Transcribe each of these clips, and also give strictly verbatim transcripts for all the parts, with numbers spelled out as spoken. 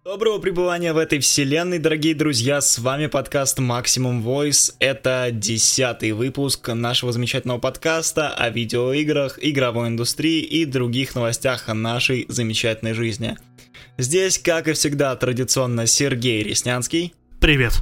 Доброго пребывания в этой вселенной, дорогие друзья, с вами подкаст Maximum Voice, это десятый выпуск нашего замечательного подкаста о видеоиграх, игровой индустрии и других новостях о нашей замечательной жизни. Здесь, как и всегда, традиционно Сергей Реснянский. Привет.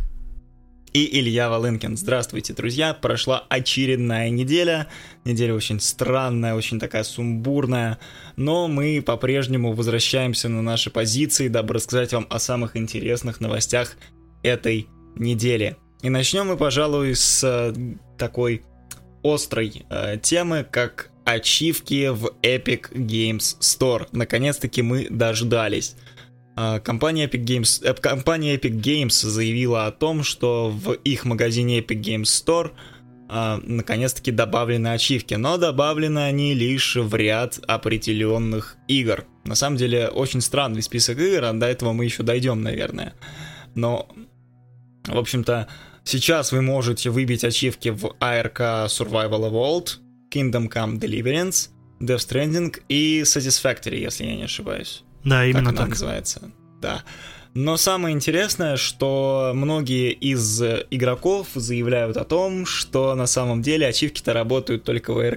И Илья Волынкин. Здравствуйте, друзья. Прошла очередная неделя. Неделя очень странная, очень такая сумбурная. Но мы по-прежнему возвращаемся на наши позиции, дабы рассказать вам о самых интересных новостях этой недели. И начнем мы, пожалуй, с э, такой острой э, темы, как ачивки в Epic Games Store. Наконец-таки мы дождались. Компания Epic Games, э, компания Epic Games заявила о том, что в их магазине Epic Games Store э, наконец-таки добавлены ачивки, но добавлены они лишь в ряд определенных игр. На самом деле очень странный список игр, а до этого мы еще дойдем, наверное. Но, в общем-то, сейчас вы можете выбить ачивки в эй ар кей Survival Evolved, Kingdom Come Deliverance, Death Stranding и Satisfactory, если я не ошибаюсь. Да, именно как она так. называется. Да. Но самое интересное, что многие из игроков заявляют о том, что на самом деле ачивки-то работают только в эй ар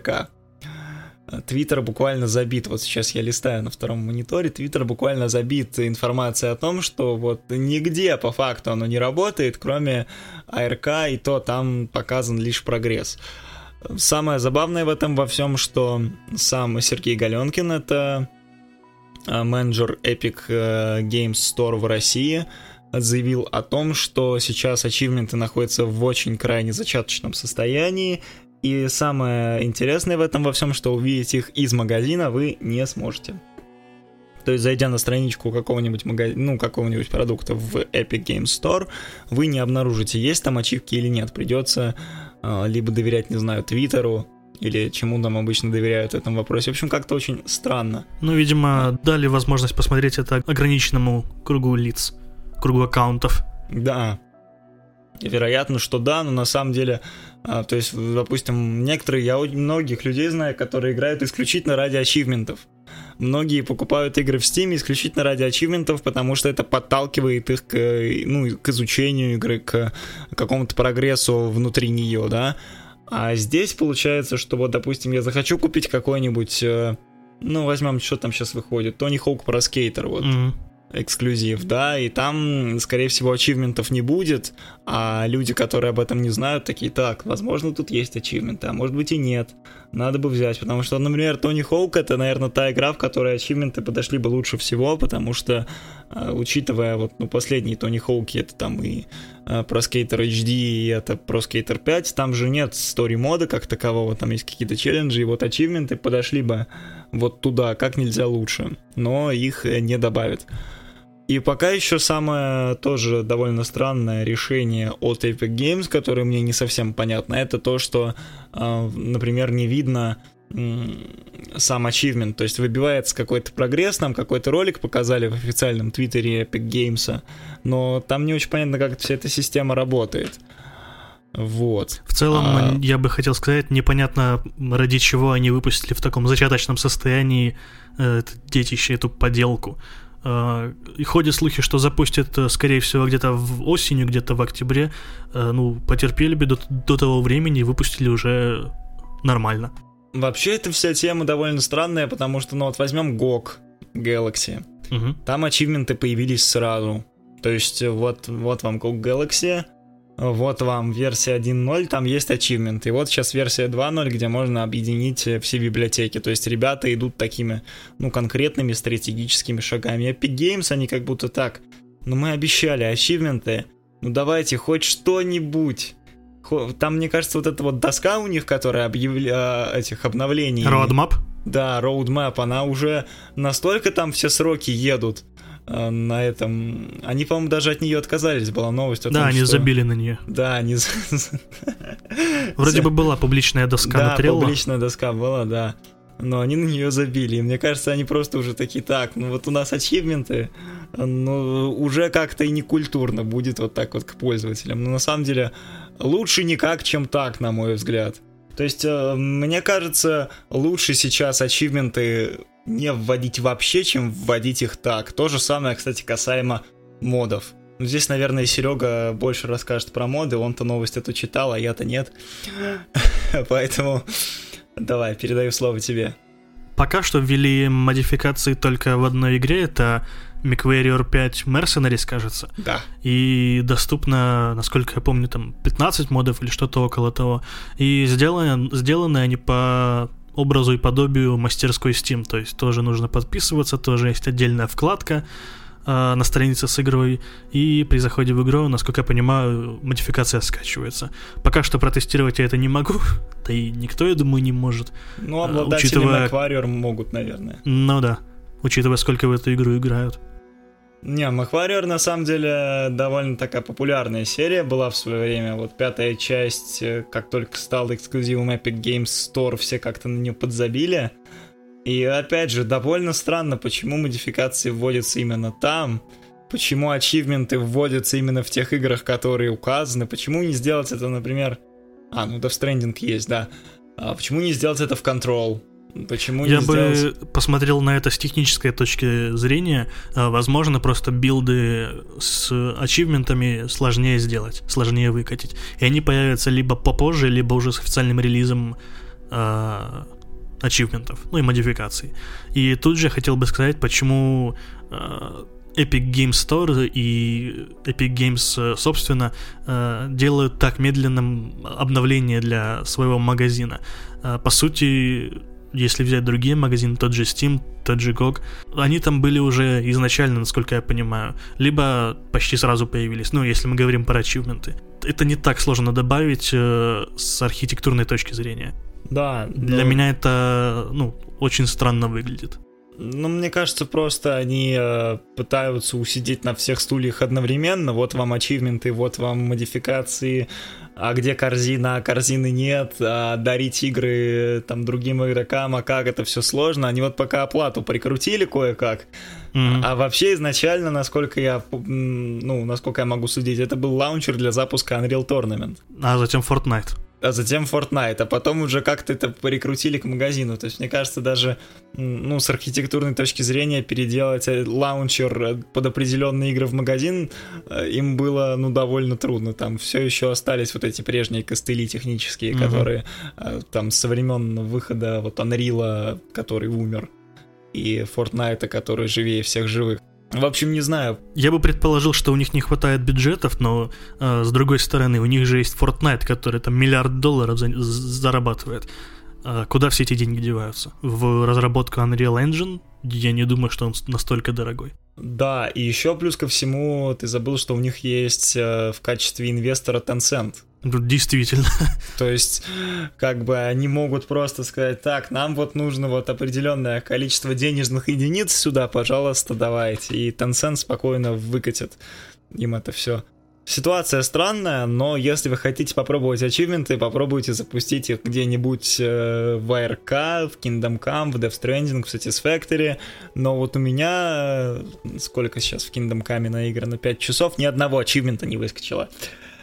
кей. Твиттер буквально забит, вот сейчас я листаю на втором мониторе, Твиттер буквально забит информацией о том, что вот нигде по факту оно не работает, кроме эй ар кей, и то там показан лишь прогресс. Самое забавное в этом во всем, что сам Сергей Галенкин, это менеджер Epic Games Store в России, заявил о том, что сейчас ачивменты находятся в очень крайне зачаточном состоянии, и самое интересное в этом во всем, что увидеть их из магазина вы не сможете. То есть, зайдя на страничку какого-нибудь магазина, ну, какого-нибудь продукта в Epic Games Store, вы не обнаружите, есть там ачивки или нет. Придется э, либо доверять, не знаю, Твиттеру, или чему там обычно доверяют в этом вопросе. В общем, как-то очень странно. Ну, видимо, дали возможность посмотреть это ограниченному кругу лиц, кругу аккаунтов. Да. И вероятно, что да, но на самом деле, а, то есть, допустим, некоторые, я очень многих людей знаю, которые играют исключительно ради ачивментов. Многие покупают игры в Steam исключительно ради ачивментов, потому что это подталкивает их к, ну, к изучению игры, к какому-то прогрессу внутри нее, да. А здесь получается, что вот, допустим, я захочу купить какой-нибудь, э, ну, возьмем, что там сейчас выходит, Тони Хоук Про Скейтер, вот, mm-hmm. эксклюзив, да, и там, скорее всего, ачивментов не будет, а люди, которые об этом не знают, такие, так, возможно, тут есть ачивменты, а может быть и нет, надо бы взять, потому что, например, Тони Хоук — это, наверное, та игра, в которой ачивменты подошли бы лучше всего, потому что, э, учитывая, вот, ну, последние Тони Хоуки, это там и э, Pro Skater эйч ди, и это Pro Skater пять, там же нет стори-мода как такового, там есть какие-то челленджи, и вот ачивменты подошли бы вот туда как нельзя лучше, но их не добавят. И пока еще самое тоже довольно странное решение от Epic Games, которое мне не совсем понятно, это то, что, например, не видно сам ачивмент, то есть выбивается какой-то прогресс, нам какой-то ролик показали в официальном твиттере Epic Games, но там не очень понятно, как вся эта система работает. Вот. В целом, а... я бы хотел сказать, непонятно, ради чего они выпустили в таком зачаточном состоянии э, детище, эту поделку. И ходят слухи, что запустят, скорее всего, где-то в осенью, где-то в октябре. Ну, потерпели бы до, до того времени и выпустили уже нормально. Вообще, эта вся тема довольно странная, потому что, ну вот возьмем джи о джи Galaxy. Угу. Там ачивменты появились сразу. То есть, вот, вот вам джи о джи Galaxy, вот вам версия один ноль, там есть ачивменты. И вот сейчас версия два ноль, где можно объединить все библиотеки. То есть ребята идут такими, ну, конкретными стратегическими шагами. Epic Games, они как будто так, ну, мы обещали ачивменты, ну, давайте хоть что-нибудь. Там, мне кажется, вот эта вот доска у них, которая объявляет этих обновлений. Roadmap? Да, roadmap, она уже настолько там все сроки едут на этом. Они, по-моему, даже от нее отказались, была новость о том, да, они что... забили на нее. Да, они... Вроде бы была публичная доска на Trello. Да, публичная доска была, да. Но они на нее забили. И мне кажется, они просто уже такие, так, ну вот у нас ачивменты, ну уже как-то и не культурно будет вот так вот к пользователям. Но на самом деле лучше никак, чем так, на мой взгляд. То есть, мне кажется, лучше сейчас ачивменты не вводить вообще, чем вводить их так. То же самое, кстати, касаемо модов. Здесь, наверное, Серега больше расскажет про моды, он-то новость эту читал, а я-то нет. Поэтому давай, передаю слово тебе. Пока что ввели модификации только в одной игре, это MechWarrior пять Mercenaries, кажется. Да. И доступно, насколько я помню, там пятнадцать модов или что-то около того. И сделаны, сделаны они по образу и подобию мастерской Steam, то есть тоже нужно подписываться, тоже есть отдельная вкладка э, на странице с игрой, и при заходе в игру, насколько я понимаю, модификация скачивается. Пока что протестировать я это не могу, да и никто, я думаю, не может. Ну, обладатели учитывая... MechWarrior могут, наверное. Ну да, учитывая, сколько в эту игру играют. Не, MechWarrior на самом деле довольно такая популярная серия была в свое время. Вот пятая часть, как только стала эксклюзивом Epic Games Store, все как-то на нее подзабили. И опять же, довольно странно, почему модификации вводятся именно там, почему ачивменты вводятся именно в тех играх, которые указаны, почему не сделать это, например... А, ну Death Stranding есть, да. А почему не сделать это в Control? Почему Я не бы сделать... посмотрел на это с технической точки зрения. Возможно, просто билды с ачивментами сложнее сделать, сложнее выкатить. И они появятся либо попозже, либо уже с официальным релизом э, ачивментов, ну и модификаций. И тут же хотел бы сказать, почему э, Epic Games Store и Epic Games, собственно, э, делают так медленным обновление для своего магазина. Э, по сути... Если взять другие магазины, тот же Steam, тот же джи о джи, они там были уже изначально, насколько я понимаю, либо почти сразу появились, ну, если мы говорим про ачивменты. Это не так сложно добавить э, с архитектурной точки зрения. Да. Для но... меня это, ну, очень странно выглядит. Ну, мне кажется, просто они э, пытаются усидеть на всех стульях одновременно. Вот вам ачивменты, вот вам модификации. А где корзина? А корзины нет. А дарить игры там другим игрокам, а как это все сложно. Они вот пока оплату прикрутили кое-как. Mm-hmm. А вообще изначально, насколько я, ну, насколько я могу судить, это был лаунчер для запуска Unreal Tournament. А затем Fortnite. А затем Fortnite, а потом уже как-то это прикрутили к магазину. То есть, мне кажется, даже, ну, с архитектурной точки зрения переделать лаунчер под определенные игры в магазин им было, ну, довольно трудно. Там все еще остались вот эти прежние костыли технические, mm-hmm. которые там со времен выхода вот Unreal, который умер, и Fortnite, который живее всех живых. В общем, не знаю. Я бы предположил, что у них не хватает бюджетов, но э, с другой стороны, у них же есть Fortnite, который там миллиард долларов за- зарабатывает. А куда все эти деньги деваются? В разработку Unreal Engine? Я не думаю, что он настолько дорогой. Да, и еще плюс ко всему, ты забыл, что у них есть э, в качестве инвестора Tencent. Действительно. То есть, как бы они могут просто сказать: так, нам вот нужно вот определенное количество денежных единиц сюда, пожалуйста, давайте. И Tencent спокойно выкатит им это все. Ситуация странная, но если вы хотите попробовать ачивменты, попробуйте запустить их где-нибудь э, в эй ар кей, в Kingdom Come, в Death Stranding, в Satisfactory. Но вот у меня, сколько сейчас в Kingdom Come наиграно, пять часов, ни одного ачивмента не выскочило.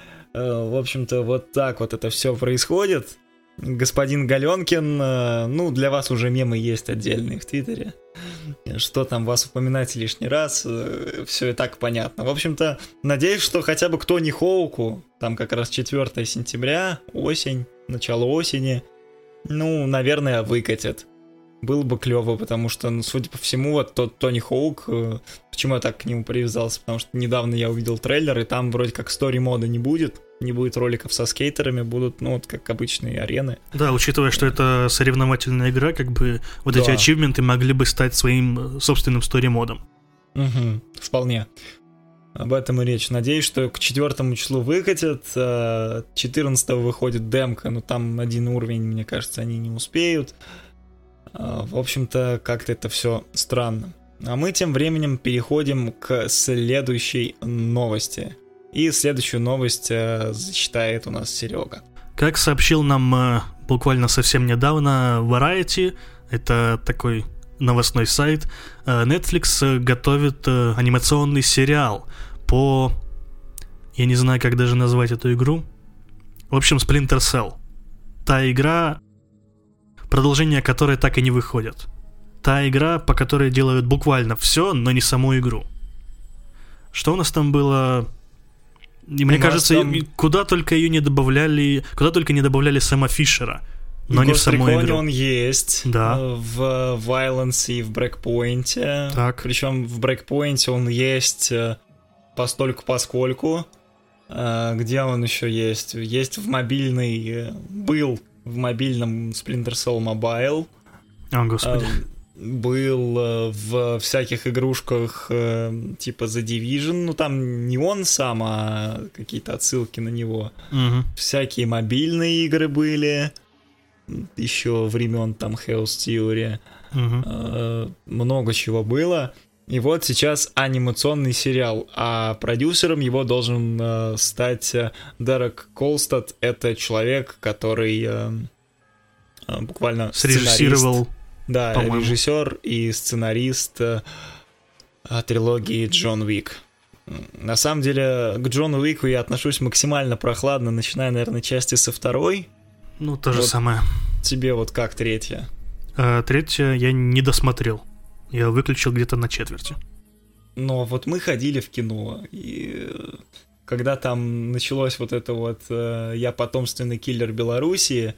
В общем-то, вот так вот это все происходит. Господин Галенкин, ну, для вас уже мемы есть отдельные в Твиттере. Что там вас упоминать лишний раз, все и так понятно. В общем-то, надеюсь, что хотя бы к Тони Хоуку, там как раз четвёртого сентября, осень, начало осени, ну, наверное, выкатят. Было бы клево, потому что, ну, судя по всему, вот тот Тони Хоук, почему я так к нему привязался, потому что недавно я увидел трейлер, и там вроде как стори-мода не будет, не будет роликов со скейтерами, будут, ну, вот как обычные арены. Да, учитывая, что это соревновательная игра, как бы вот да. Эти ачивменты могли бы стать своим собственным стори-модом. Угу, вполне. Об этом и речь. Надеюсь, что к четвёртому числу выкатят, четырнадцатого выходит демка, но там один уровень, мне кажется, они не успеют. В общем-то, как-то это все странно. А мы тем временем переходим к следующей новости. И следующую новость э, зачитает у нас Серега. Как сообщил нам э, буквально совсем недавно Variety, это такой новостной сайт, э, Netflix готовит э, анимационный сериал по... Я не знаю, как даже назвать эту игру. В общем, Splinter Cell. Та игра... продолжение которой так и не выходит. Та игра, по которой делают буквально все, но не саму игру. Что у нас там было? И мне кажется, там... куда только ее не добавляли, куда только не добавляли Сэма Фишера, но не в саму игру. Он есть, да. В Violence и в Breakpoint. Так. Причем в Breakpoint он есть постольку-поскольку. Где он еще есть? Есть в мобильной, был в мобильном Splinter Cell Mobile. О, господи. Был в всяких игрушках типа The Division, ну там не он сам, а какие-то отсылки на него. Угу. Всякие мобильные игры были, еще времен там Chaos Theory. Угу. Много чего было. И вот сейчас анимационный сериал, а продюсером его должен стать Дерек Колстад. Это человек, который буквально срежиссировал. Да, по-моему. Режиссер и сценарист э, трилогии Джон Уик. На самом деле, к Джону Уику я отношусь максимально прохладно, начиная, наверное, части со второй. Ну, то же вот самое. Тебе вот как третья? А, третья я не досмотрел. Я выключил где-то на четверти. Но вот мы ходили в кино, и когда там началось вот это вот э, «Я потомственный киллер Белоруссии»,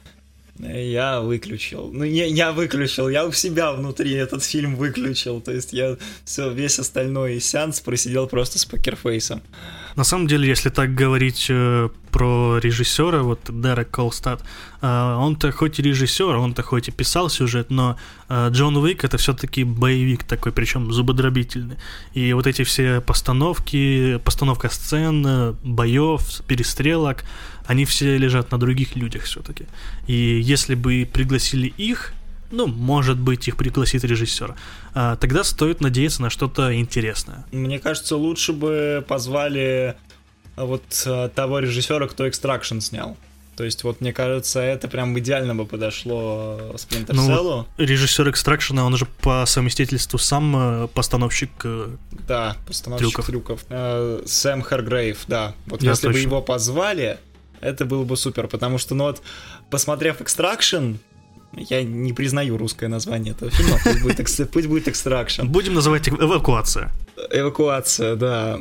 я выключил. Ну, я, я выключил, я у себя внутри этот фильм выключил. То есть я все, весь остальной сеанс просидел просто с покерфейсом. На самом деле, если так говорить э, про режиссера, вот Дерек Колстад, э, он-то хоть и режиссер, он-то хоть и писал сюжет, но э, Джон Уик — это все-таки боевик такой, причем зубодробительный. И вот эти все постановки, постановка сцен, боев, перестрелок, они все лежат на других людях все-таки. И если бы пригласили их, ну, может быть, их пригласит режиссер, а, тогда стоит надеяться на что-то интересное. Мне кажется, лучше бы позвали вот того режиссера, кто Extraction снял. То есть, вот, мне кажется, это прям идеально бы подошло Splinter Cell'у. Ну, режиссер Extraction, он же по совместительству сам постановщик да, постановщик трюков. трюков. Э, Сэм Харгрейв, да. Вот да, если точно. бы его позвали, это было бы супер, потому что, ну вот, посмотрев Extraction, я не признаю русское название этого фильма, пусть будет, пусть будет Extraction. Будем называть эвакуация. Эвакуация, да.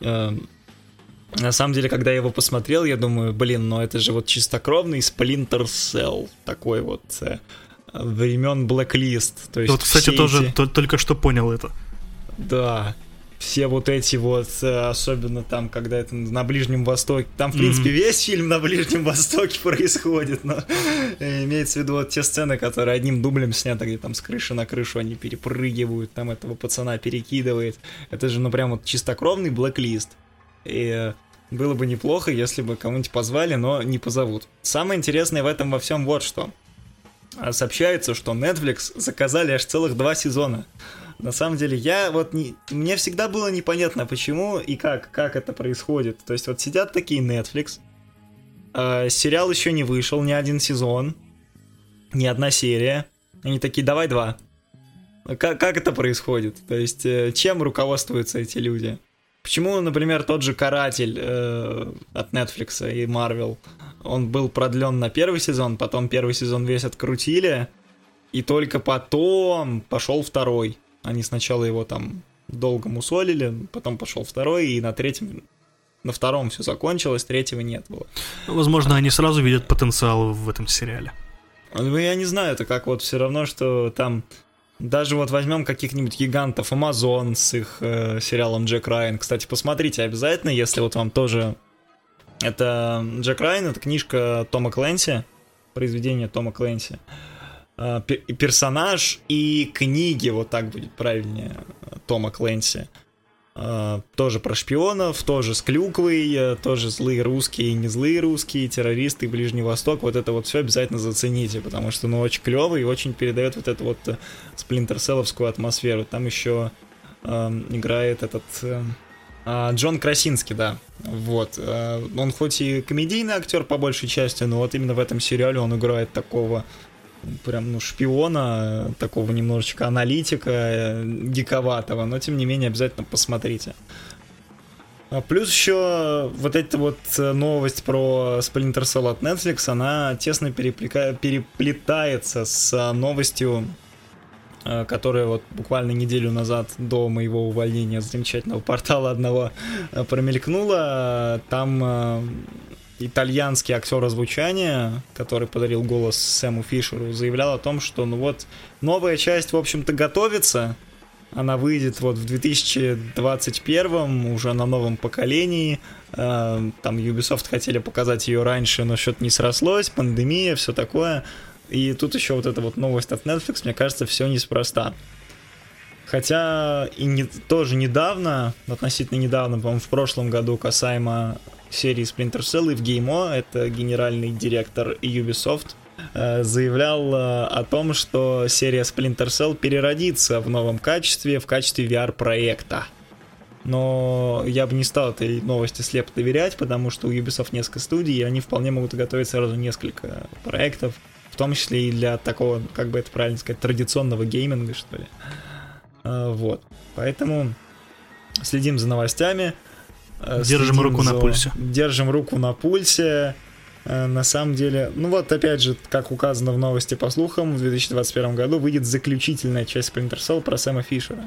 На самом деле, когда я его посмотрел, я думаю, блин, ну это же вот чистокровный Splinter Cell, такой вот времен Blacklist. То есть вот, кстати, эти... тоже только что понял это. Да. Все вот эти вот, особенно там, когда это на Ближнем Востоке, там, в принципе, mm-hmm. весь фильм на Ближнем Востоке происходит, но имеется в виду вот те сцены, которые одним дублем сняты, где там с крыши на крышу они перепрыгивают, там этого пацана перекидывает. Это же, ну, прям вот чистокровный блэк-лист. И было бы неплохо, если бы кого-нибудь позвали, но не позовут. Самое интересное в этом во всем вот что. Сообщается, что Netflix заказали аж целых два сезона. На самом деле, я вот не... мне всегда было непонятно, почему и как, как это происходит. То есть вот сидят такие Netflix, э, сериал еще не вышел, ни один сезон, ни одна серия. Они такие, давай два. Как, как это происходит? То есть э, чем руководствуются эти люди? Почему, например, тот же «Каратель» э, от Netflix и Marvel, он был продлен на первый сезон, потом первый сезон весь открутили, и только потом пошел второй. Они сначала его там долго мусолили, потом пошел второй, и на третьем, на втором все закончилось, третьего нет было. Возможно, они сразу видят потенциал в этом сериале. Ну, я не знаю, это как вот все равно, что там... Даже вот возьмем каких-нибудь гигантов, Amazon с их э, сериалом Джек Райан. Кстати, посмотрите обязательно, если вот вам тоже... Это Джек Райан, это книжка Тома Клэнси, произведение Тома Клэнси. И персонаж и книги, вот так будет правильнее, Тома Клэнси. Тоже про шпионов, тоже с клюквой, тоже злые русские и не злые русские, террористы, Ближний Восток. Вот это вот все обязательно зацените, потому что, ну, очень клево и очень передает вот эту вот Splinter Cell'овскую атмосферу. Там еще э, играет этот э, Джон Красинский, да. Вот. Э, он хоть и комедийный актер по большей части, но вот именно в этом сериале он играет такого... прям, ну, шпиона, такого немножечко аналитика, диковатого, но, тем не менее, обязательно посмотрите. Плюс еще вот эта вот новость про Splinter Cell от Netflix, она тесно переплека... переплетается с новостью которая вот буквально неделю назад до моего увольнения с замечательного портала одного промелькнула. Там итальянский актер озвучания, который подарил голос Сэму Фишеру, заявлял о том, что ну вот новая часть, в общем-то, готовится. Она выйдет вот в две тысячи двадцать первом, уже на новом поколении. Там Ubisoft хотели показать ее раньше, но что-то не срослось, пандемия, все такое. И тут еще вот эта вот новость от Netflix, мне кажется, все неспроста. Хотя и не, тоже недавно, относительно недавно, по-моему, в прошлом году, касаемо серии Splinter Cell, и в Геймо, это генеральный директор Ubisoft, заявлял о том, что серия Splinter Cell переродится в новом качестве, в качестве ви ар-проекта. Но я бы не стал этой новости слепо доверять, потому что у Ubisoft несколько студий, и они вполне могут готовить сразу несколько проектов, в том числе и для такого, как бы это правильно сказать, традиционного гейминга, что ли. Вот. Поэтому следим за новостями. Держим руку за... на пульсе. Держим руку на пульсе. На самом деле, ну вот опять же, как указано в новости по слухам, в две тысячи двадцать первом году выйдет заключительная часть Splinter Cell про Сэма Фишера.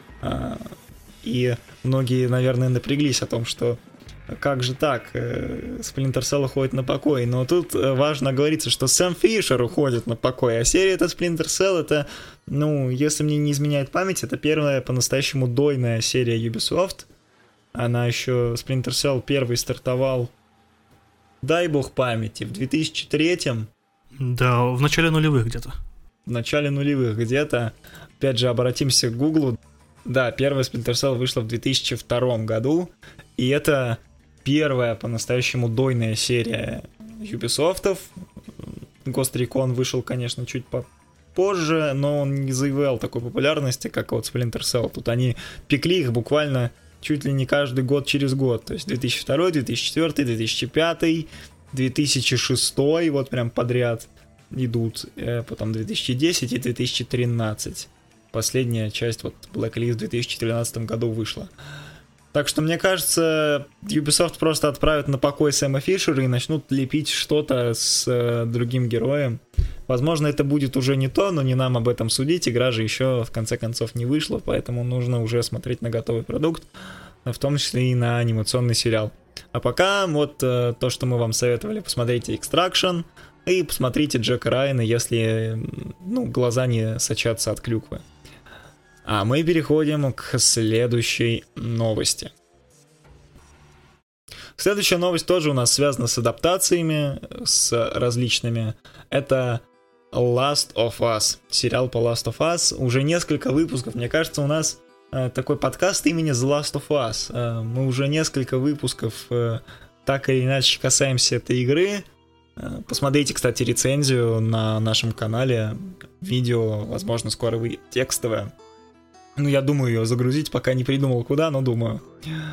И многие, наверное, напряглись о том, что как же так, Splinter Cell уходит на покой. Но тут важно говорится, что Сэм Фишер уходит на покой, а серия это Splinter Cell, это, ну, если мне не изменяет память, это первая по-настоящему дойная серия Ubisoft. Она еще, Splinter Cell первый стартовал, дай бог памяти, в две тысячи третьем. Да, в начале нулевых где-то. В начале нулевых где-то. Опять же, обратимся к Гуглу. Да, первая Splinter Cell вышла в две тысячи втором году, и это первая по-настоящему дойная серия Ubisoft'ов. Ghost Recon вышел, конечно, чуть попозже, но он не завоевал такой популярности, как вот Splinter Cell. Тут они пекли их буквально чуть ли не каждый год через год. То есть две тысячи второй, две тысячи четвёртый, две тысячи пятый, две тысячи шестой, вот прям подряд идут. Потом две тысячи десятый и две тысячи тринадцатый. Последняя часть, вот Blacklist в две тысячи тринадцатом году вышла. Так что, мне кажется, Ubisoft просто отправят на покой Сэма Фишера и начнут лепить что-то с э, другим героем. Возможно, это будет уже не то, но не нам об этом судить. Игра же еще, в конце концов, не вышла, поэтому нужно уже смотреть на готовый продукт, в том числе и на анимационный сериал. А пока вот э, то, что мы вам советовали, посмотрите Extraction и посмотрите Джека Райана, если ну, глаза не сочатся от клюквы. А мы переходим к следующей новости. Следующая новость тоже у нас связана с адаптациями, с различными. Это Last of Us, сериал по Last of Us. Уже несколько выпусков, мне кажется, у нас э, такой подкаст имени The Last of Us. Э, мы уже несколько выпусков э, так или иначе касаемся этой игры. Э, посмотрите, кстати, рецензию на нашем канале. Видео, возможно, скоро выйдет текстовое. Ну, я думаю ее загрузить, пока не придумал куда, но думаю.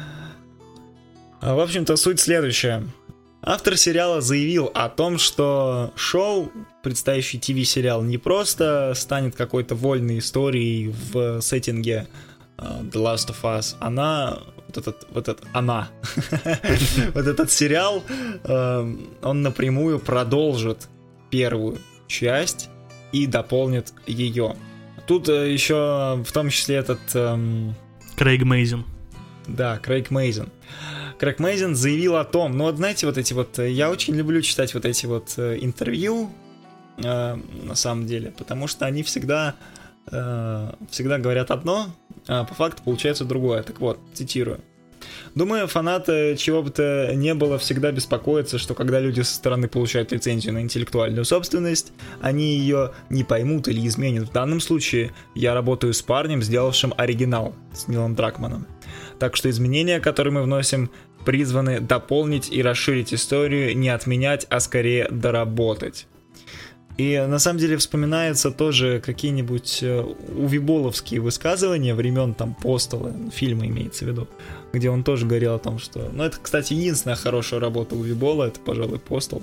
В общем-то, суть следующая. Автор сериала заявил о том, что шоу, предстоящий ти ви-сериал, не просто станет какой-то вольной историей в сеттинге uh, The Last of Us. Она, вот этот, вот этот, она, вот этот сериал, он напрямую продолжит первую часть и дополнит ее. Тут э, еще в том числе этот... Эм... Крейг Мейзен. Да, Крейг Мейзен. Крейг Мейзен заявил о том... Ну вот знаете, вот эти вот... Я очень люблю читать вот эти вот э, интервью, э, на самом деле, потому что они всегда, э, всегда говорят одно, а по факту получается другое. Так вот, цитирую. Думаю, фанаты чего бы то ни было всегда беспокоятся, что когда люди со стороны получают лицензию на интеллектуальную собственность, они ее не поймут или изменят. В данном случае я работаю с парнем, сделавшим оригинал, с Нилом Дракманом. Так что изменения, которые мы вносим, призваны дополнить и расширить историю, не отменять, а скорее доработать. И на самом деле вспоминаются тоже какие-нибудь увиболовские высказывания времен там Постала, фильма имеется в виду, где он тоже говорил о том, что... Ну, это, кстати, единственная хорошая работа Увибола, это, пожалуй, Постал,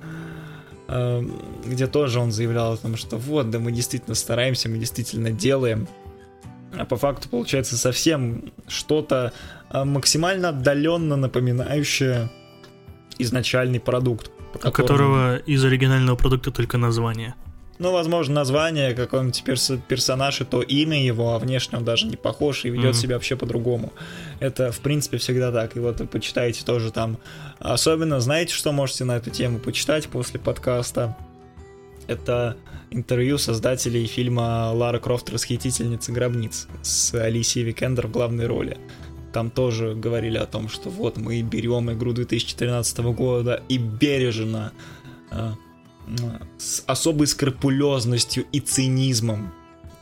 где тоже он заявлял о том, что вот, да мы действительно стараемся, мы действительно делаем, а по факту получается совсем что-то максимально отдаленно напоминающее изначальный продукт, у которого из оригинального продукта только название. Ну, возможно, название, какой-нибудь перс- персонаж и то имя его, а внешне он даже не похож и ведет mm-hmm. себя вообще по-другому. Это, в принципе, всегда так. И вот вы почитаете тоже там. Особенно, знаете, что можете на эту тему почитать после подкаста? Это интервью создателей фильма «Лара Крофт. Расхитительница гробниц» с Алисией Викендер в главной роли. Там тоже говорили о том, что вот мы берем игру две тысячи тринадцатого года и бережно, э, с особой скрупулезностью и цинизмом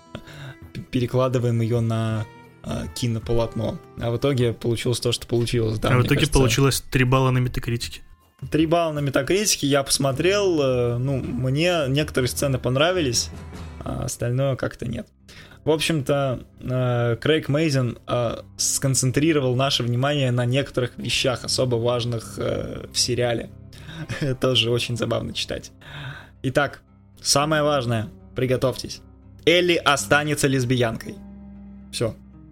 перекладываем ее на э, кинополотно. А в итоге получилось то, что получилось. Да, а в итоге кажется, получилось три балла на Метакритике. Три балла на Метакритике, я посмотрел, э, ну, мне некоторые сцены понравились, а остальное как-то нет. В общем-то, э, Крейг Мейзин э, сконцентрировал наше внимание на некоторых вещах, особо важных э, в сериале. Тоже очень забавно читать. Итак, самое важное, приготовьтесь. Элли останется лесбиянкой. Все.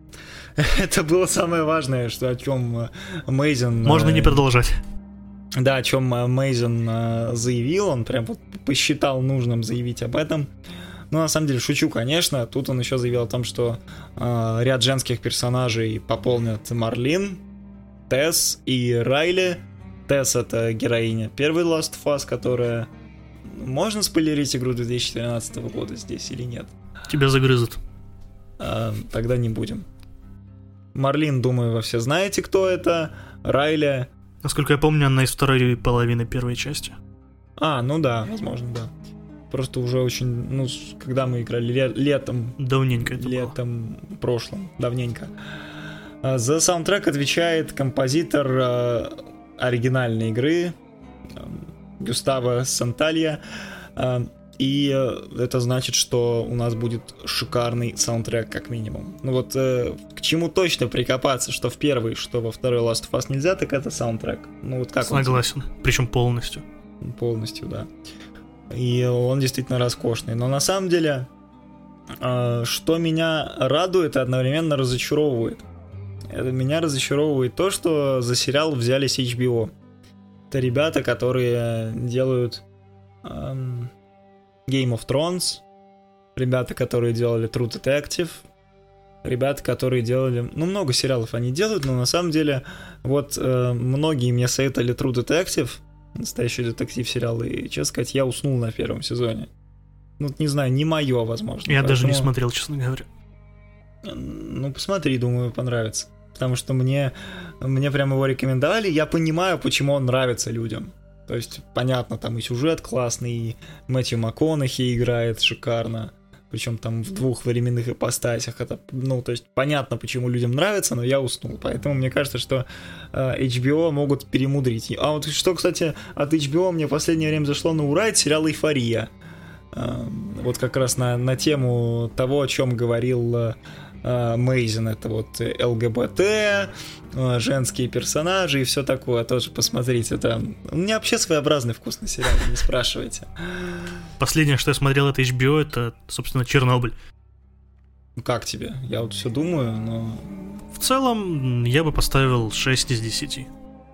Это было самое важное, что, о чем Мейзин... Можно не продолжать. Да, о чем Мейзин заявил, он прям вот посчитал нужным заявить об этом. Ну, на самом деле, шучу, конечно. Тут он еще заявил о том, что э, ряд женских персонажей пополнят Марлин, Тесс и Райли. Тесс — это героиня первой Last of Us, которая... Можно спойлерить игру две тысячи тринадцатого года здесь или нет? Тебя загрызут. Э, тогда не будем. Марлин, думаю, вы все знаете, кто это. Райли... Насколько я помню, она из второй половины первой части. А, ну да, возможно, да. Просто уже очень, ну, когда мы играли ле- летом. Давненько это Летом было. прошлом, давненько. За саундтрек отвечает композитор э, оригинальной игры э, Гюставо Санталья. Э, и э, это значит, что у нас будет шикарный саундтрек, как минимум. Ну вот э, к чему точно прикопаться, что в первой, что во второй Last of Us нельзя, так это саундтрек. Ну вот как Согласен, он... причем полностью. Полностью, да. И он действительно роскошный. Но на самом деле, э, что меня радует и одновременно разочаровывает, это меня разочаровывает то, что за сериал взялись эйч би о. Это ребята, которые делают э, Game of Thrones, ребята, которые делали True Detective, ребята, которые делали... Ну, много сериалов они делают, но на самом деле, вот э, многие мне советовали True Detective, настоящий детектив-сериал, и, честно сказать, я уснул на первом сезоне. Ну, не знаю, не мое, возможно. Я поэтому... даже не смотрел, честно говоря. Ну, посмотри, думаю, понравится. Потому что мне, мне прям его рекомендовали, я понимаю, почему он нравится людям. То есть, понятно, там и сюжет классный, и Мэтью МакКонахи играет шикарно. Причем там в двух временных ипостасях. Это, ну, то есть, понятно, почему людям нравится, но я уснул. Поэтому мне кажется, что э, эйч би о могут перемудрить. А вот что, кстати, от эйч би о мне в последнее время зашло на ура, это сериал «Эйфория». Э, вот как раз на, на тему того, о чем говорил э, Мейзин. Это вот ЛГБТ, э, женские персонажи и все такое. Тоже посмотрите. Это... У меня вообще своеобразный вкусный сериал, не спрашивайте. Последнее, что я смотрел от эйч би о, это, собственно, «Чернобыль». Как тебе? Я вот все думаю, но... В целом, я бы поставил шесть из десяти.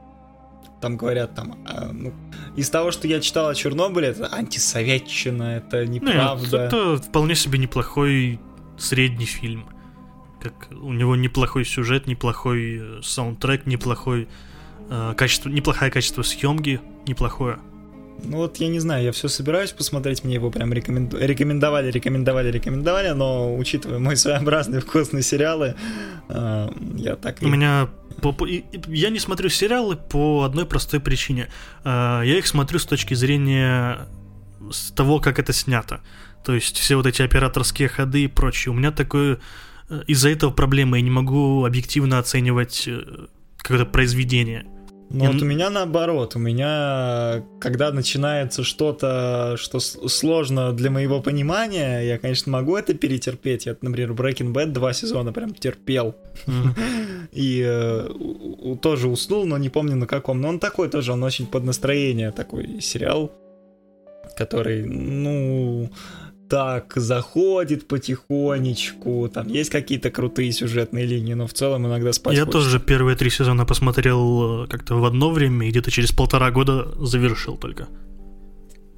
Там говорят, там, а, ну, из того, что я читал о Чернобыле, это антисоветчина, это неправда. Нет, это вполне себе неплохой средний фильм. Как у него неплохой сюжет, неплохой саундтрек, неплохой э, качество, неплохое качество съемки, неплохое. Ну вот я не знаю, я все собираюсь посмотреть, мне его прям рекоменду... рекомендовали, рекомендовали, рекомендовали, но учитывая мои своеобразные вкусные сериалы, э, я так и... У меня... По, по, я не смотрю сериалы по одной простой причине. Э, я их смотрю с точки зрения с того, как это снято. То есть все вот эти операторские ходы и прочее. У меня такое... Из-за этого проблемы, я не могу объективно оценивать какое-то произведение. Ну вот у меня наоборот, у меня, когда начинается что-то, что сложно для моего понимания, я, конечно, могу это перетерпеть. Я, например, Breaking Bad два сезона прям терпел. Mm-hmm. И э, тоже уснул, но не помню на каком. Но он такой тоже, он очень под настроение такой сериал, который, ну... так заходит потихонечку, там есть какие-то крутые сюжетные линии, но в целом иногда спать Я хочется. тоже первые три сезона посмотрел как-то в одно время и где-то через полтора года завершил только.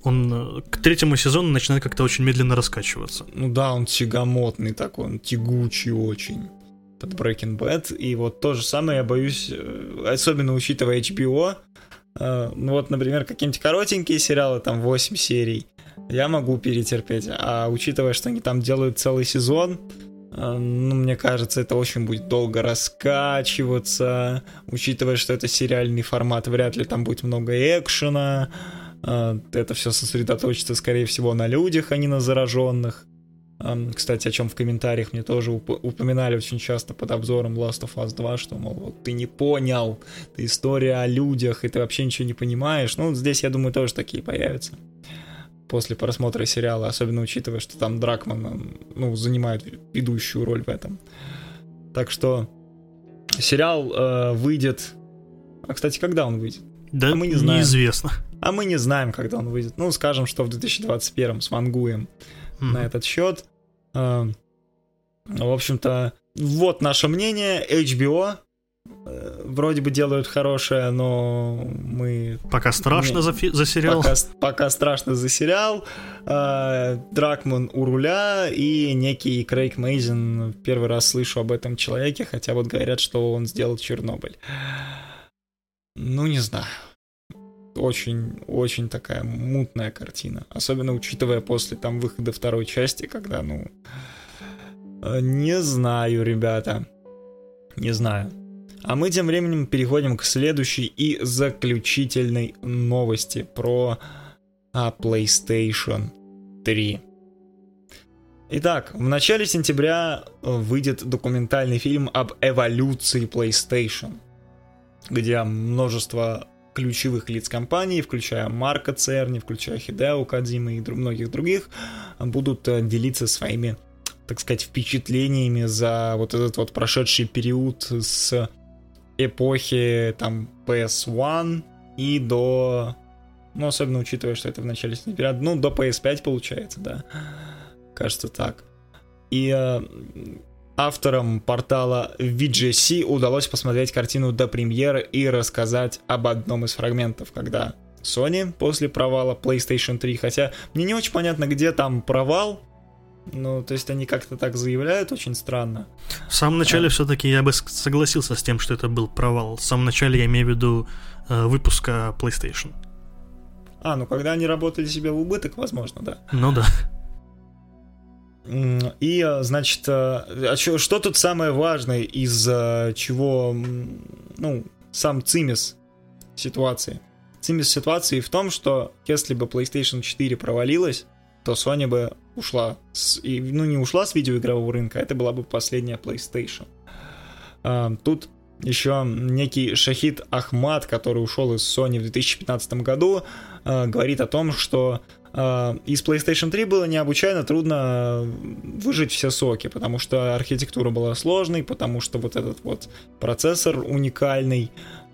Он к третьему сезону начинает как-то очень медленно раскачиваться. Ну да, он тягомотный такой, он тягучий очень. Под Breaking Bad. И вот то же самое я боюсь, особенно учитывая эйч би о. Ну вот, например, какие-нибудь коротенькие сериалы, там восемь серий, я могу перетерпеть. А учитывая, что они там делают целый сезон, ну, мне кажется, это очень будет долго раскачиваться. Учитывая, что это сериальный формат, вряд ли там будет много экшена. Это все сосредоточится, скорее всего, на людях, а не на зараженных. Кстати, о чем в комментариях мне тоже уп- упоминали очень часто под обзором Last of Us два, что, мол, вот ты не понял, это история о людях, и ты вообще ничего не понимаешь. Ну, здесь, я думаю, тоже такие появятся после просмотра сериала, особенно учитывая, что там Дракман, ну, занимает ведущую роль в этом. Так что сериал э, выйдет... А, кстати, когда он выйдет? Да, а мы не знаем. Неизвестно. А мы не знаем, когда он выйдет. Ну, скажем, что в две тысячи двадцать первом свангуем mm-hmm. на этот счет. Э, в общем-то, вот наше мнение. эйч би о э, вроде бы делают хорошее, но мы... Пока страшно не... за, фи... за сериал. Пока, пока страшно за сериал. Э, Дракман у руля и некий Крейг Мейзен. Первый раз слышу об этом человеке, хотя вот говорят, что он сделал Чернобыль. Ну, не знаю. Очень, очень такая мутная картина. Особенно учитывая после там выхода второй части, когда, ну... Не знаю, ребята. Не знаю. А мы тем временем переходим к следующей и заключительной новости про а, PlayStation три. Итак, в начале сентября выйдет документальный фильм об эволюции PlayStation, где множество ключевых лиц компании, включая Марка Церни, включая Хидео Кодзимы и друг, многих других, будут делиться своими, так сказать, впечатлениями за вот этот вот прошедший период с эпохи там пи эс один и до, ну, особенно учитывая, что это в начале сентября, ну, до пи эс пять получается, да, кажется так. И э, авторам портала ви джи си удалось посмотреть картину до премьеры и рассказать об одном из фрагментов, когда Sony после провала PlayStation три, хотя мне не очень понятно, где там провал, ну, то есть они как-то так заявляют, очень странно. В самом начале а... все-таки я бы согласился с тем, что это был провал. В самом начале я имею в виду э, выпуска PlayStation. А, ну когда они работали себе в убыток, возможно, да. Ну да. И, значит, а что, что тут самое важное, из-за чего, ну, сам цимис ситуации? Цимис ситуации в том, что если бы PlayStation четыре провалилась, то Sony бы ушла, с, и, ну, не ушла с видеоигрового рынка, это была бы последняя PlayStation. А, тут еще некий Шахид Ахмад, который ушел из Sony в две тысячи пятнадцатом году, а, говорит о том, что из PlayStation три было необычайно трудно выжать все соки, потому что архитектура была сложной, потому что вот этот вот процессор уникальный,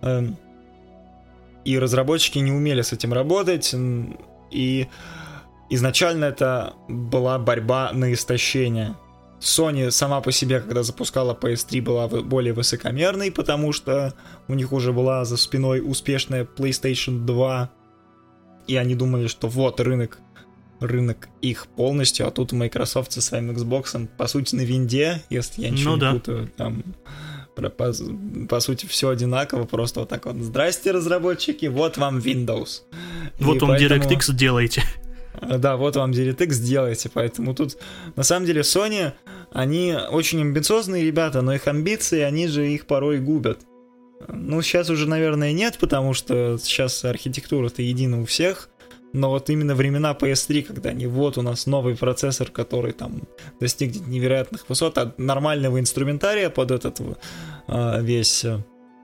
и разработчики не умели с этим работать, и изначально это была борьба на истощение. Sony сама по себе, когда запускала пи эс три, была более высокомерной, потому что у них уже была за спиной успешная PlayStation два, и они думали, что вот рынок, рынок их полностью, а тут Microsoft со своим Xbox, по сути, на винде, если я ничего ну, не да. путаю, там, по, по сути, все одинаково, просто вот так вот, здрасте, разработчики, вот вам Windows. Вот и вам поэтому... DirectX делайте. Да, вот вам DirectX делайте, поэтому тут, на самом деле, Sony, они очень амбициозные ребята, но их амбиции, они же их порой губят. Ну, сейчас уже, наверное, нет, потому что сейчас архитектура-то едина у всех, но вот именно времена пи эс три, когда они, вот у нас новый процессор, который там достигнет невероятных высот, а нормального инструментария под этот а, весь а,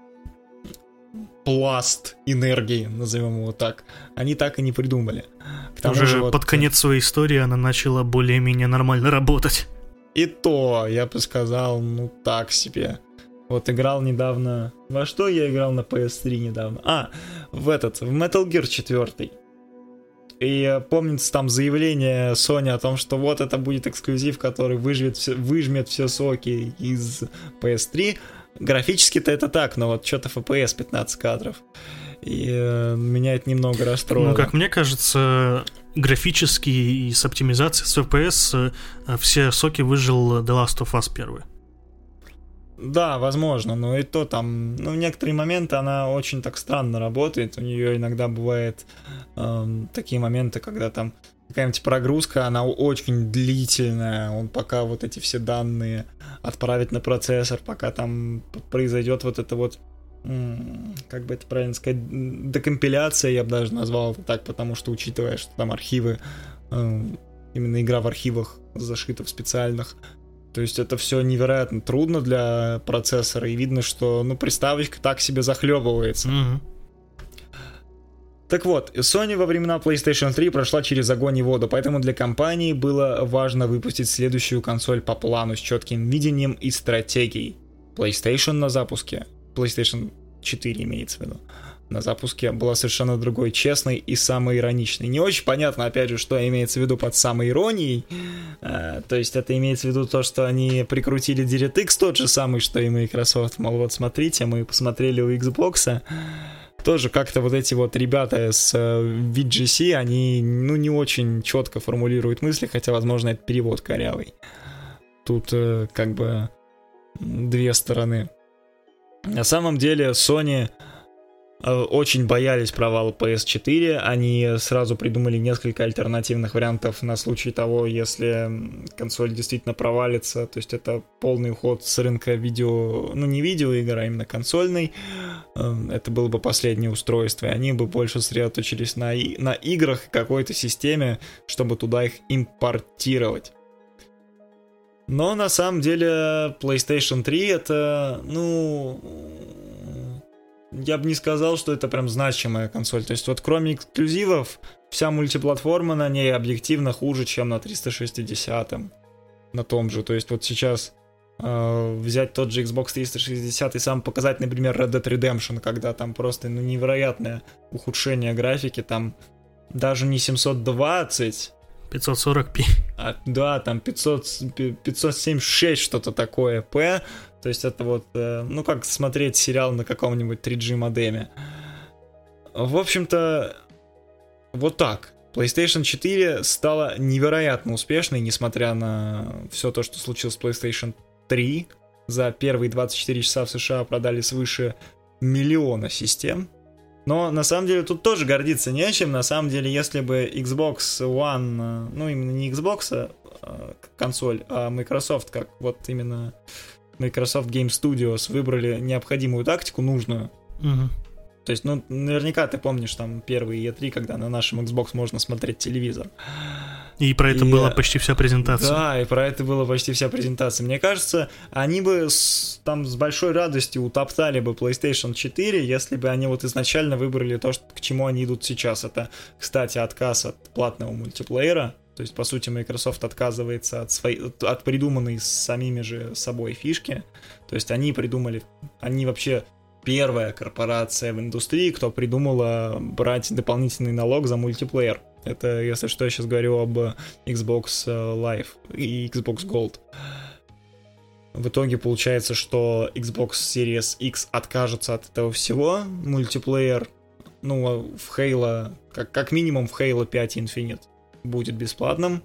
пласт энергии, назовем его так, они так и не придумали. К тому уже же под вот... конец своей истории она начала более-менее нормально работать. И то, я бы сказал, ну так себе. Вот играл недавно... Во что я играл на пи эс три недавно? А, в этот, в Metal Gear четыре. И помнится там заявление Sony о том, что вот это будет эксклюзив, который выжмет все, выжмет все соки из пи эс три. Графически-то это так, но вот что-то эф пи эс пятнадцать кадров. И э, меня это немного расстроило. Ну, как мне кажется, графически и с оптимизацией, с эф пи эс э, все соки выжил The Last of Us первый. Да, возможно, но и то там, ну, в некоторые моменты она очень так странно работает. У нее иногда бывает эм, такие моменты, когда там какая-нибудь прогрузка, она очень длительная, он пока вот эти все данные отправит на процессор, пока там произойдет вот это вот, как бы это правильно сказать, декомпиляция, я бы даже назвал это так, потому что, учитывая, что там архивы, именно игра в архивах зашита в специальных, то есть это все невероятно трудно для процессора, и видно, что, ну, приставочка так себе захлебывается. Mm-hmm. Так вот, Sony во времена PlayStation три прошла через огонь и воду, поэтому для компании было важно выпустить следующую консоль по плану с четким видением и стратегией. PlayStation на запуске, PlayStation четыре имеется в виду, на запуске была совершенно другой, честной и самоироничной. Не очень понятно, опять же, что имеется в виду под самоиронией. А, то есть это имеется в виду то, что они прикрутили DirectX тот же самый, что и Microsoft. Мол, вот смотрите, мы посмотрели у Xbox. Тоже как-то вот эти вот ребята с ви джи си, они, ну, не очень четко формулируют мысли, хотя, возможно, это перевод корявый. Тут э, как бы две стороны. На самом деле Sony очень боялись провала пи эс четыре, они сразу придумали несколько альтернативных вариантов на случай того, если консоль действительно провалится, то есть это полный уход с рынка видео, ну не видеоигр, а именно консольный, это было бы последнее устройство, и они бы больше сосредоточились на, и- на играх и какой-то системе, чтобы туда их импортировать. Но на самом деле PlayStation три это, ну... я бы не сказал, что это прям значимая консоль. То есть вот кроме эксклюзивов, вся мультиплатформа на ней объективно хуже, чем на триста шестидесятом. На том же. То есть вот сейчас э, взять тот же Xbox триста шестьдесят и сам показать, например, Red Dead Redemption, когда там просто ну, невероятное ухудшение графики, там даже не семьсот двадцать... пятьсот сорок пи. А, да, там пятьсот, пятьсот семьдесят шесть, что-то такое, P. То есть это вот, э, ну как смотреть сериал на каком-нибудь три джи модеме. В общем-то, вот так. PlayStation четыре стала невероятно успешной, несмотря на все то, что случилось с PlayStation три. За первые двадцать четыре часа в США продали свыше миллиона систем. Но на самом деле тут тоже гордиться нечем. На самом деле, если бы Xbox One, ну именно не Xbox а, консоль, а Microsoft, как вот именно Microsoft Game Studios выбрали необходимую тактику, нужную. Угу. То есть, ну, наверняка ты помнишь там первый и три, когда на нашем Xbox можно смотреть телевизор. И про это и, была почти вся презентация. Да, и про это была почти вся презентация. Мне кажется, они бы с, там с большой радостью утоптали бы PlayStation четыре, если бы они вот изначально выбрали то, что, к чему они идут сейчас. Это, кстати, отказ от платного мультиплеера. То есть, по сути, Microsoft отказывается от, своей, от придуманной самими же собой фишки. То есть, они придумали... Они вообще первая корпорация в индустрии, кто придумала брать дополнительный налог за мультиплеер. Это, если что, я сейчас говорю об Xbox Live и Xbox Gold. В итоге получается, что Xbox Series X откажется от этого всего. Мультиплеер, ну, в Halo, как, как минимум в Halo пять Infinite будет бесплатным.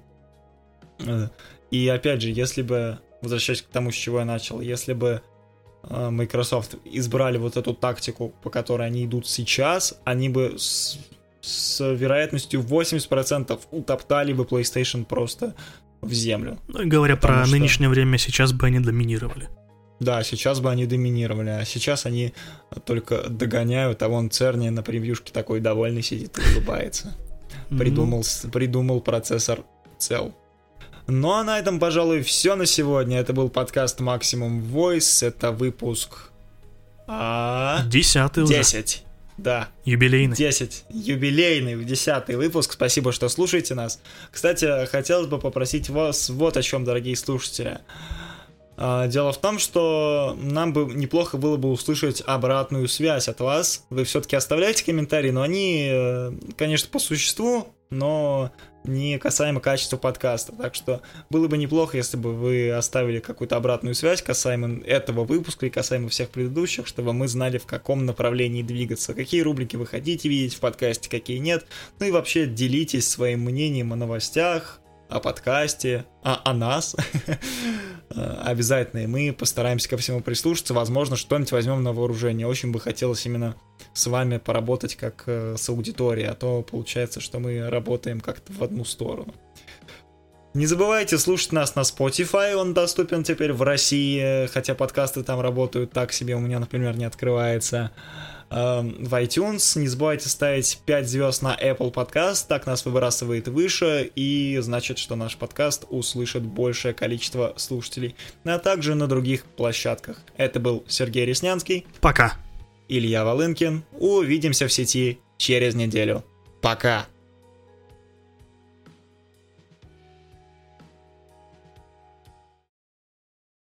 И опять же, если бы, возвращаясь к тому, с чего я начал, если бы Microsoft избрали вот эту тактику, по которой они идут сейчас, они бы с, с вероятностью восемьдесят процентов утоптали бы PlayStation просто в землю. Ну и говоря Потому про что... нынешнее время, сейчас бы они доминировали. Да, сейчас бы они доминировали, а сейчас они только догоняют, а вон Церни на превьюшке такой довольный сидит и улыбается. Придумал, придумал процессор Cell. Ну а на этом, пожалуй, все на сегодня. Это был подкаст Maximum Voice. Это выпуск... А... Десятый уже. Десять. Да. Юбилейный. Десять. Юбилейный, десятый выпуск. Спасибо, что слушаете нас. Кстати, хотелось бы попросить вас вот о чем, дорогие слушатели. Дело в том, что нам бы неплохо было бы услышать обратную связь от вас. Вы все-таки оставляете комментарии, но они, конечно, по существу, но не касаемо качества подкаста. Так что было бы неплохо, если бы вы оставили какую-то обратную связь касаемо этого выпуска и касаемо всех предыдущих, чтобы мы знали, в каком направлении двигаться, какие рубрики вы хотите видеть в подкасте, какие нет. Ну и вообще делитесь своим мнением о новостях, о подкасте, о, о нас. Обязательно, и мы постараемся ко всему прислушаться. Возможно, что-нибудь возьмем на вооружение. Очень бы хотелось именно с вами поработать как э, с аудиторией, а то получается, что мы работаем как-то в одну сторону. Не забывайте слушать нас на Spotify, он доступен теперь в России, хотя подкасты там работают так себе, у меня, например, не открывается. В iTunes. Не забывайте ставить пять звезд на Apple Podcast, так нас выбрасывает выше, и значит, что наш подкаст услышит большее количество слушателей, а также на других площадках. Это был Сергей Реснянский. Пока. Илья Волынкин. Увидимся в сети через неделю. Пока.